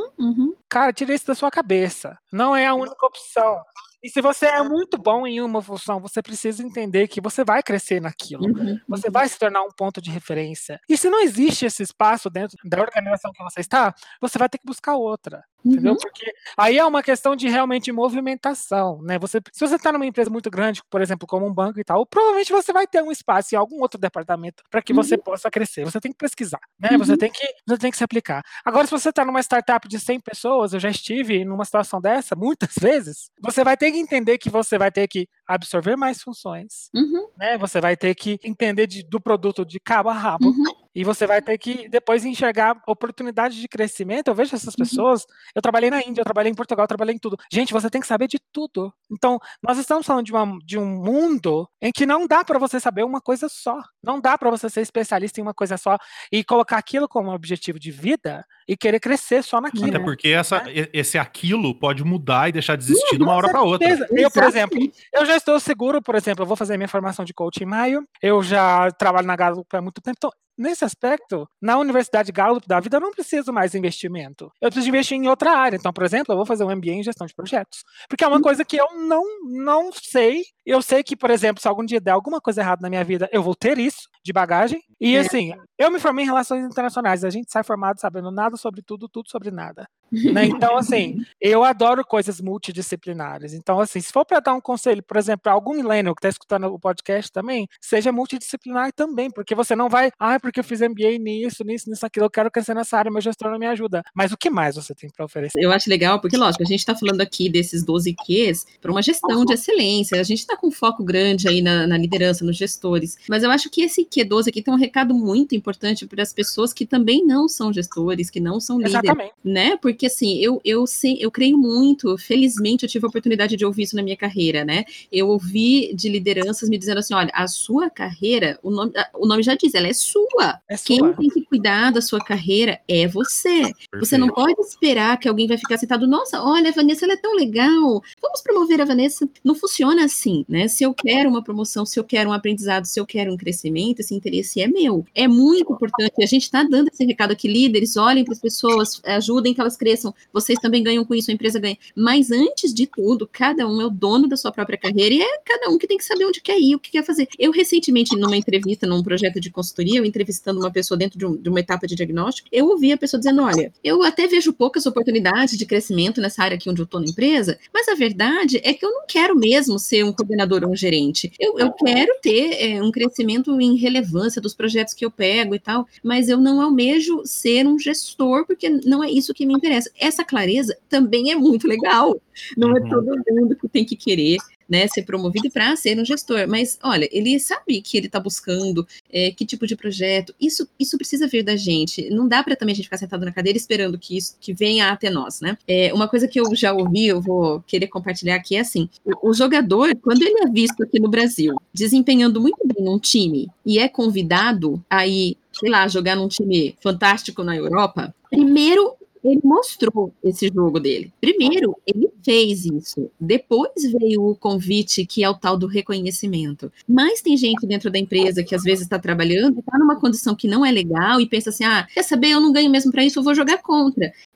Cara, tira isso da sua cabeça. Não é a única opção. E se você é muito bom em uma função, você precisa entender que você vai crescer naquilo. Você vai se tornar um ponto de referência. E se não existe esse espaço dentro da organização que você está, você vai ter que buscar outra. Entendeu? Porque aí é uma questão de realmente movimentação, né? Se você está numa empresa muito grande, por exemplo, como um banco e tal, provavelmente você vai ter um espaço em algum outro departamento para que você possa crescer. Você tem que pesquisar, né? Você tem que se aplicar. Agora, se você está numa startup de 100 pessoas, eu já estive numa situação dessa muitas vezes, você vai ter que entender que você vai ter que absorver mais funções, né? Você vai ter que entender do produto de cabo a rabo. E você vai ter que depois enxergar oportunidades de crescimento. Eu vejo essas pessoas. Eu trabalhei na Índia, eu trabalhei em Portugal, eu trabalhei em tudo. Gente, você tem que saber de tudo. Então, nós estamos falando de um mundo em que não dá para você saber uma coisa só. Não dá para você ser especialista em uma coisa só e colocar aquilo como objetivo de vida e querer crescer só naquilo. Até porque esse aquilo pode mudar e deixar de existir de uma hora para outra. Eu, por exemplo, eu já estou seguro, por exemplo, eu vou fazer minha formação de coach em maio. Eu já trabalho na Gallup há muito tempo. Então, nesse aspecto, na Universidade Gallup da vida, eu não preciso mais de investimento. Eu preciso investir em outra área. Então, por exemplo, eu vou fazer um MBA em gestão de projetos. Porque é uma coisa que eu não sei. Eu sei que, por exemplo, se algum dia der alguma coisa errada na minha vida, eu vou ter isso de bagagem. E, assim, eu me formei em relações internacionais. A gente sai formado sabendo nada sobre tudo sobre nada. Né? Então, assim, eu adoro coisas multidisciplinares. Então, assim, se for para dar um conselho, por exemplo, para algum millennial que está escutando o podcast também, seja multidisciplinar também, porque você não vai, porque eu fiz MBA nisso, aquilo, eu quero crescer nessa área, meu gestor não me ajuda. Mas o que mais você tem para oferecer? Eu acho legal, porque, lógico, a gente está falando aqui desses 12 Qs para uma gestão de excelência. A gente está com um foco grande aí na liderança, nos gestores. Mas eu acho que esse Q12 aqui tem um recado muito importante para as pessoas que também não são gestores, que não são líderes. Exatamente. Né? Porque, assim, eu creio muito, felizmente eu tive a oportunidade de ouvir isso na minha carreira, né? Eu ouvi de lideranças me dizendo assim, olha, a sua carreira, o nome já diz, ela é sua. Quem tem que cuidar da sua carreira é você. Perfeito. Você não pode esperar que alguém vai ficar sentado, nossa, olha, a Vanessa, ela é tão legal, vamos promover a Vanessa. Não funciona assim, né? Se eu quero uma promoção, se eu quero um aprendizado, se eu quero um crescimento, esse interesse é meu. É muito importante, a gente está dando esse recado aqui, líderes, olhem para as pessoas, ajudem que elas cresçam, vocês também ganham com isso, a empresa ganha. Mas antes de tudo, cada um é o dono da sua própria carreira e é cada um que tem que saber onde quer ir, o que quer fazer. Eu recentemente, numa entrevista, num projeto de consultoria, eu entrevistando uma pessoa dentro de uma etapa de diagnóstico, eu ouvi a pessoa dizendo, olha, eu até vejo poucas oportunidades de crescimento nessa área aqui onde eu estou na empresa, mas a verdade é que eu não quero mesmo ser um coordenador ou um gerente. Eu quero ter um crescimento em relevância dos projetos que eu pego e tal, mas eu não almejo ser um gestor, porque não é isso que me interessa. Essa clareza também é muito legal. Não é todo mundo que tem que querer, né, ser promovido para ser um gestor, mas olha, ele sabe que ele está buscando que tipo de projeto, isso precisa vir da gente, não dá para também a gente ficar sentado na cadeira esperando que isso que venha até nós, né? Uma coisa que eu já ouvi, eu vou querer compartilhar aqui, é assim, o jogador, quando ele é visto aqui no Brasil, desempenhando muito bem num time, e é convidado a ir, sei lá, jogar num time fantástico na Europa, primeiro ele mostrou esse jogo dele. Primeiro, ele fez isso. Depois veio o convite, que é o tal do reconhecimento. Mas tem gente dentro da empresa que às vezes está trabalhando, está numa condição que não é legal e pensa assim, quer saber, eu não ganho mesmo para isso, eu vou jogar contra.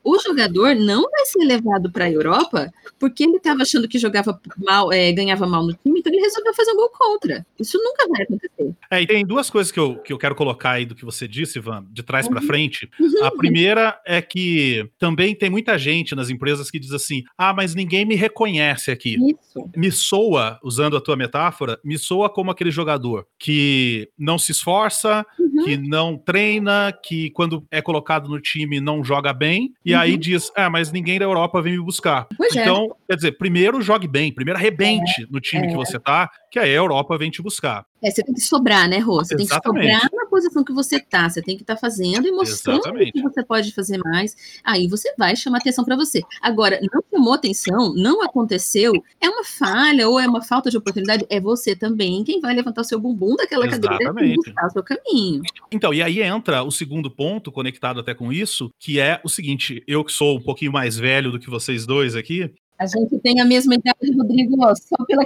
o jogador não vai ser levado para a Europa porque ele estava achando que jogava mal, ganhava mal no time, então ele resolveu fazer um gol contra. Isso nunca vai acontecer. E tem duas coisas que eu quero colocar aí do que você disse, Ivan, de trás para frente. A primeira é que também tem muita gente nas empresas que diz assim, mas ninguém me reconhece aqui. Isso. Me soa, usando a tua metáfora, me soa como aquele jogador que não se esforça, que não treina, que quando é colocado no time não joga bem, e aí diz, mas ninguém da Europa vem me buscar. Pois então, quer dizer, primeiro jogue bem, primeiro arrebente no time que você tá, que aí a Europa vem te buscar. Você tem que sobrar, né, Rô? Você Exatamente. tem que sobrar na posição que você tá. Você tem que estar fazendo e mostrando que você pode fazer mais. Aí você vai chamar atenção para você. Agora, não chamou atenção, não aconteceu, é uma falha ou é uma falta de oportunidade, é você também quem vai levantar o seu bumbum daquela cadeira e buscar o seu caminho. Então, e aí entra o segundo ponto, conectado até com isso, que é o seguinte, eu que sou um pouquinho mais velho do que vocês dois aqui, a gente tem a mesma idade, Rodrigo, só pela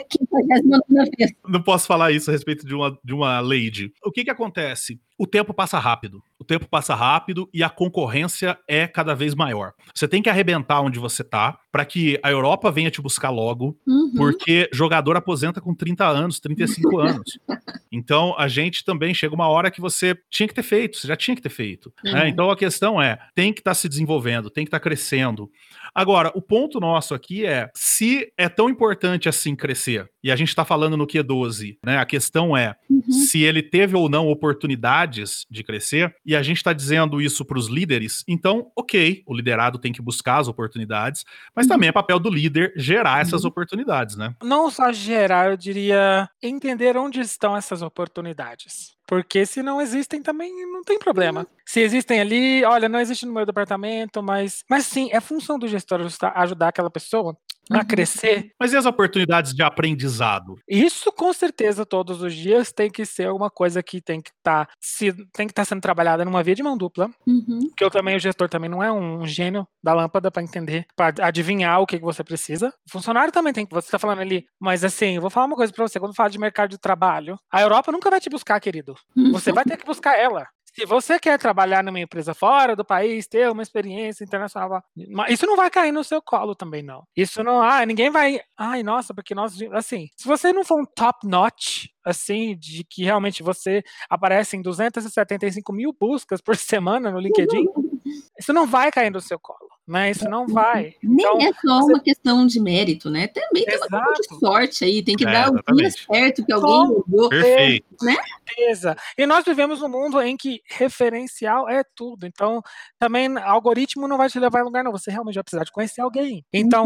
59ª vez. Não posso falar isso a respeito de uma lady. O que acontece? O tempo passa rápido. O tempo passa rápido e a concorrência é cada vez maior. Você tem que arrebentar onde você tá para que a Europa venha te buscar logo, porque jogador aposenta com 30 anos, 35 anos. Então, a gente também chega uma hora que você tinha que ter feito, você já tinha que ter feito. Né? Então, a questão é, tem que estar se desenvolvendo, tem que estar crescendo. Agora, o ponto nosso aqui é, se é tão importante assim crescer, e a gente está falando no Q12, né? A questão é, se ele teve ou não oportunidades de crescer, e a gente está dizendo isso para os líderes, então, ok, o liderado tem que buscar as oportunidades, mas também é papel do líder gerar essas oportunidades, né? Não só gerar, eu diria entender onde estão essas oportunidades. Porque se não existem também não tem problema. Se existem ali, olha, não existe no meu departamento, mas sim, é função do gestor ajudar aquela pessoa a crescer. Mas e as oportunidades de aprendizado? Isso com certeza todos os dias tem que ser uma coisa que tem que estar sendo trabalhada numa via de mão dupla. Que o gestor também não é um gênio da lâmpada para entender, para adivinhar o que você precisa. O funcionário também tem que, você está falando ali, mas assim, eu vou falar uma coisa para você, quando fala de mercado de trabalho, a Europa nunca vai te buscar, querido. Você vai ter que buscar ela. Se você quer trabalhar numa empresa fora do país, ter uma experiência internacional, isso não vai cair no seu colo também, não. Isso não, ninguém vai, nossa, porque nós, assim, se você não for um top notch, assim, de que realmente você aparece em 275 mil buscas por semana no LinkedIn, isso não vai cair no seu colo, né? Isso não vai. Então, nem é só uma questão de mérito, né? Também tem uma coisa de sorte aí, tem que dar o dia certo que alguém jogou. Perfeito. Né? Certeza. E nós vivemos num mundo em que referencial é tudo. Então, também algoritmo não vai te levar em lugar, não. Você realmente vai precisar de conhecer alguém. Então,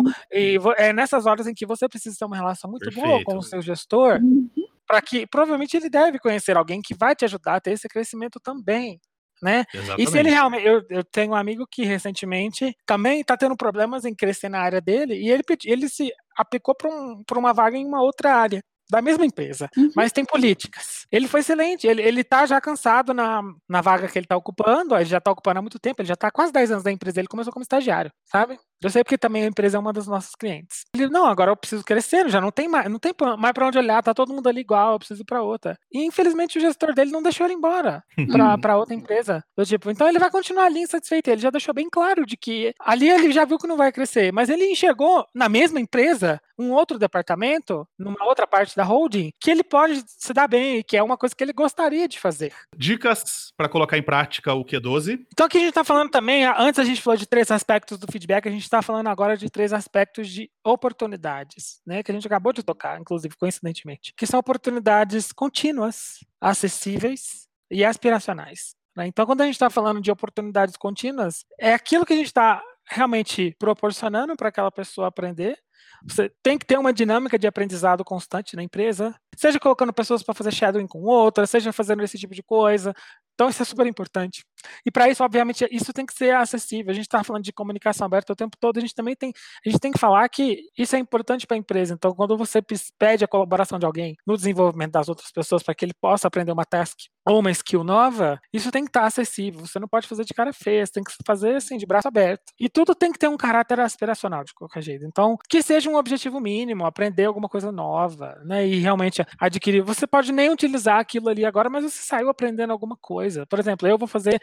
é nessas horas em que você precisa ter uma relação muito boa com o seu gestor, para que provavelmente ele deve conhecer alguém que vai te ajudar a ter esse crecimento também. Né? E se ele realmente, eu tenho um amigo que recentemente também está tendo problemas em crescer na área dele e ele se aplicou para uma vaga em uma outra área da mesma empresa, mas tem políticas. Ele foi excelente, ele tá já cansado na vaga que ele tá ocupando, ele já tá ocupando há muito tempo, ele já tá há quase 10 anos da empresa, ele começou como estagiário, sabe? Eu sei porque também a empresa é uma dos nossos clientes. Ele, não, agora eu preciso crescer, já não tem mais pra onde olhar, tá todo mundo ali igual, eu preciso ir pra outra. E infelizmente o gestor dele não deixou ele embora pra outra empresa. Então ele vai continuar ali insatisfeito, ele já deixou bem claro de que ali ele já viu que não vai crescer, mas ele enxergou na mesma empresa um outro departamento, numa outra parte da holding, que ele pode se dar bem, que é uma coisa que ele gostaria de fazer. Dicas para colocar em prática o Q12. Então aqui a gente tá falando também, antes a gente falou de 3 aspectos do feedback, a gente está falando agora de 3 aspectos de oportunidades, né, que a gente acabou de tocar, inclusive, coincidentemente, que são oportunidades contínuas, acessíveis e aspiracionais. Né? Então, quando a gente está falando de oportunidades contínuas, é aquilo que a gente está realmente proporcionando para aquela pessoa aprender. Você tem que ter uma dinâmica de aprendizado constante na empresa, seja colocando pessoas para fazer shadowing com outras, seja fazendo esse tipo de coisa. Então isso é super importante. E para isso, obviamente, isso tem que ser acessível. A gente está falando de comunicação aberta o tempo todo, a gente tem que falar que isso é importante para a empresa. Então, quando você pede a colaboração de alguém no desenvolvimento das outras pessoas para que ele possa aprender uma task ou uma skill nova, isso tem que estar acessível. Você não pode fazer de cara feia, você tem que fazer assim, de braço aberto. E tudo tem que ter um caráter aspiracional, de qualquer jeito. Então, que seja um objetivo mínimo, aprender alguma coisa nova, né? E realmente adquirir. Você pode nem utilizar aquilo ali agora, mas você saiu aprendendo alguma coisa. Por exemplo, eu vou fazer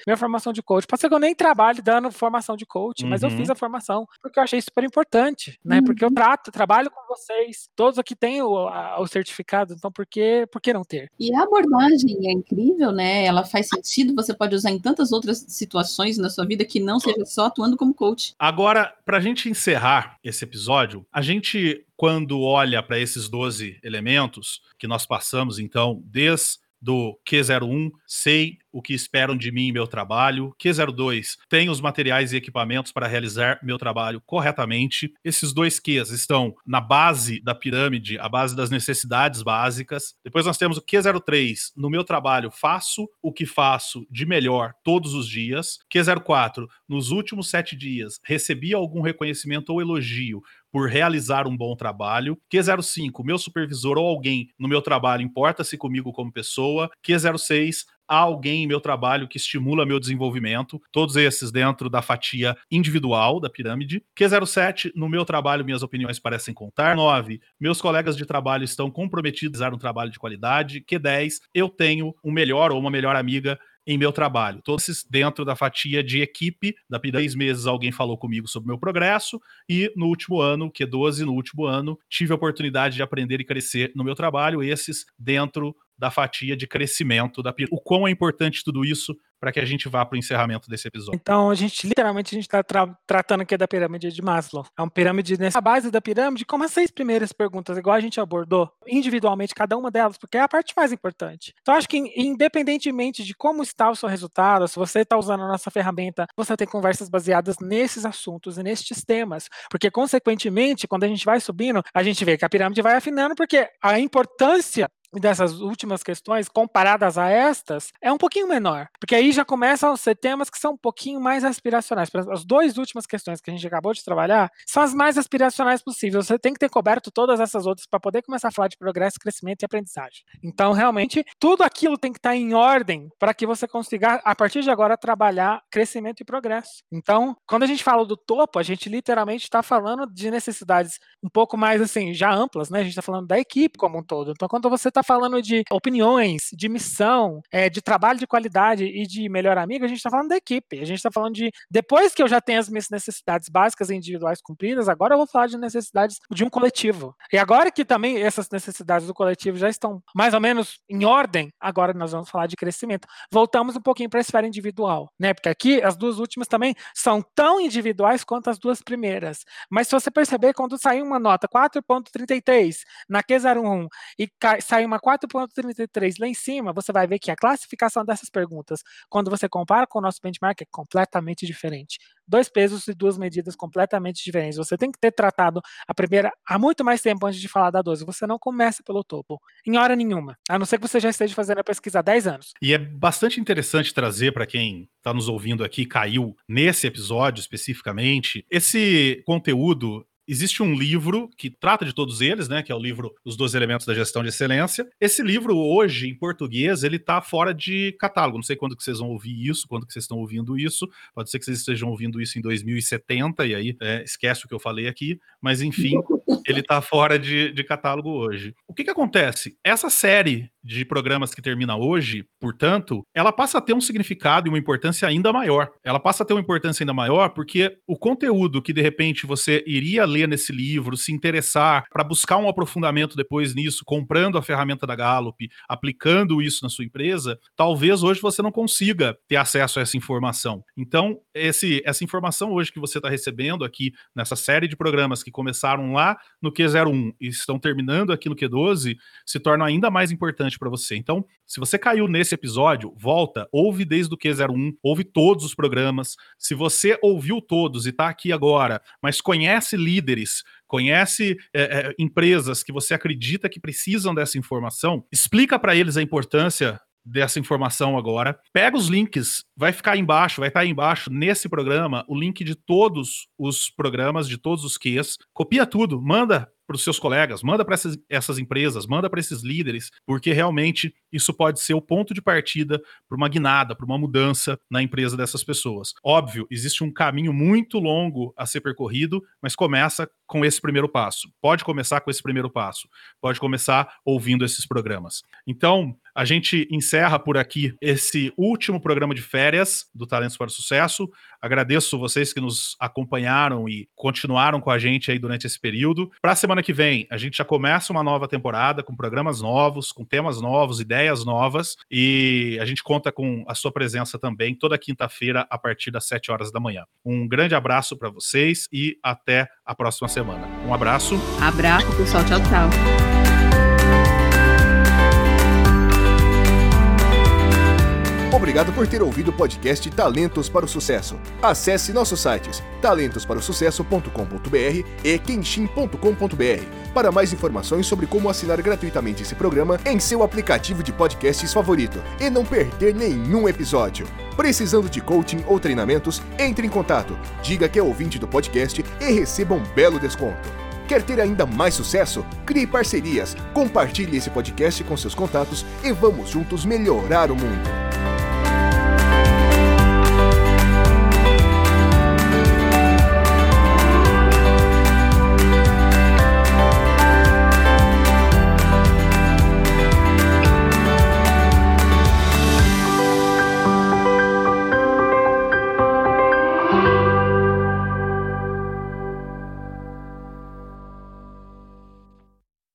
minha formação de coach. Pode ser que eu nem trabalhe dando formação de coach, mas eu fiz a formação porque eu achei super importante, né? Porque eu trabalho com vocês, todos aqui têm o certificado, então por que não ter? E a abordagem é incrível, né? Ela faz sentido, você pode usar em tantas outras situações na sua vida que não seja só atuando como coach. Agora, pra gente encerrar esse episódio, a gente, quando olha para esses 12 elementos que nós passamos, então, desde do Q01, sei o que esperam de mim e meu trabalho. Q02, tenho os materiais e equipamentos para realizar meu trabalho corretamente. Esses 2 Qs estão na base da pirâmide, a base das necessidades básicas. Depois nós temos o Q03, no meu trabalho faço o que faço de melhor todos os dias. Q04, nos últimos 7 dias recebi algum reconhecimento ou elogio por realizar um bom trabalho. Q05, meu supervisor ou alguém no meu trabalho importa-se comigo como pessoa. Q06, há alguém em meu trabalho que estimula meu desenvolvimento. Todos esses dentro da fatia individual da pirâmide. Q07, no meu trabalho minhas opiniões parecem contar. 9, meus colegas de trabalho estão comprometidos a um trabalho de qualidade. Q10, eu tenho um melhor ou uma melhor amiga em meu trabalho. Todos esses dentro da fatia de equipe. Da 10 meses alguém falou comigo sobre o meu progresso e no último ano, Q12, no último ano, tive a oportunidade de aprender e crescer no meu trabalho. Esses dentro da fatia de crescimento da pirâmide. O quão é importante tudo isso para que a gente vá para o encerramento desse episódio. Então, a gente está tratando aqui da pirâmide de Maslow. É uma pirâmide nessa base da pirâmide, como as 6 primeiras perguntas, igual a gente abordou individualmente cada uma delas, porque é a parte mais importante. Então, acho que independentemente de como está o seu resultado, se você está usando a nossa ferramenta, você tem conversas baseadas nesses assuntos e nestes temas, porque, consequentemente, quando a gente vai subindo, a gente vê que a pirâmide vai afinando, porque a importância dessas últimas questões, comparadas a estas, é um pouquinho menor. Porque aí já começam a ser temas que são um pouquinho mais aspiracionais. As 2 últimas questões que a gente acabou de trabalhar são as mais aspiracionais possíveis. Você tem que ter coberto todas essas outras para poder começar a falar de progresso, crescimento e aprendizagem. Então, realmente, tudo aquilo tem que estar em ordem para que você consiga, a partir de agora, trabalhar crescimento e progresso. Então, quando a gente fala do topo, a gente literalmente está falando de necessidades um pouco mais, assim, já amplas, né? A gente está falando da equipe como um todo. Então, quando você está falando de opiniões, de missão, de trabalho de qualidade e de melhor amigo, a gente está falando da equipe. A gente está falando de, depois que eu já tenho as minhas necessidades básicas e individuais cumpridas, agora eu vou falar de necessidades de um coletivo. E agora que também essas necessidades do coletivo já estão mais ou menos em ordem, agora nós vamos falar de crescimento. Voltamos um pouquinho para a esfera individual, né? Porque aqui as 2 últimas também são tão individuais quanto as 2 primeiras. Mas se você perceber, quando sair uma nota 4.33 na Q01 e sair uma 4.33 lá em cima, você vai ver que a classificação dessas perguntas, quando você compara com o nosso benchmark, é completamente diferente. 2 pesos e 2 medidas completamente diferentes. Você tem que ter tratado a primeira há muito mais tempo antes de falar da 12. Você não começa pelo topo, em hora nenhuma, a não ser que você já esteja fazendo a pesquisa há 10 anos. E é bastante interessante trazer para quem está nos ouvindo aqui, caiu nesse episódio especificamente, esse conteúdo. Existe um livro que trata de todos eles, né, que é o livro Os 12 Elementos da Gestão de Excelência. Esse livro, hoje, em português, ele está fora de catálogo. Não sei quando que vocês vão ouvir isso, quando que vocês estão ouvindo isso. Pode ser que vocês estejam ouvindo isso em 2070, e aí esquece o que eu falei aqui. Mas, enfim, ele está fora de catálogo hoje. O que acontece? Essa série de programas que termina hoje, portanto, ela passa a ter um significado e uma importância ainda maior. Ela passa a ter uma importância ainda maior porque o conteúdo que, de repente, você iria ler nesse livro, se interessar para buscar um aprofundamento depois nisso, comprando a ferramenta da Gallup, aplicando isso na sua empresa, talvez hoje você não consiga ter acesso a essa informação. Então, essa informação hoje que você está recebendo aqui nessa série de programas que começaram lá no Q01 e estão terminando aqui no Q12, se torna ainda mais importante para você. Então, se você caiu nesse episódio, volta, ouve desde o Q01, ouve todos os programas. Se você ouviu todos e está aqui agora, mas conhece líderes, conhece empresas que você acredita que precisam dessa informação, explica para eles a importância dessa informação agora. Pega os links, vai estar aí embaixo nesse programa, o link de todos os programas, de todos os Qs. Copia tudo, manda para os seus colegas, manda para essas empresas, manda para esses líderes, porque realmente isso pode ser o ponto de partida para uma guinada, para uma mudança na empresa dessas pessoas. Óbvio, existe um caminho muito longo a ser percorrido, mas começa com esse primeiro passo. Pode começar com esse primeiro passo. Pode começar ouvindo esses programas. Então, a gente encerra por aqui esse último programa de férias do Talentos para o Sucesso. Agradeço vocês que nos acompanharam e continuaram com a gente aí durante esse período. Para a semana que vem, a gente já começa uma nova temporada com programas novos, com temas novos, ideias novas, e a gente conta com a sua presença também toda quinta-feira a partir das 7 horas da manhã. Um grande abraço para vocês e até a próxima semana. Um abraço. Abraço, pessoal. Tchau, tchau. Obrigado por ter ouvido o podcast Talentos para o Sucesso. Acesse nossos sites talentosparosucesso.com.br e kenshin.com.br para mais informações sobre como assinar gratuitamente esse programa em seu aplicativo de podcasts favorito e não perder nenhum episódio. Precisando de coaching ou treinamentos, entre em contato, diga que é ouvinte do podcast e receba um belo desconto. Quer ter ainda mais sucesso? Crie parcerias, compartilhe esse podcast com seus contatos e vamos juntos melhorar o mundo.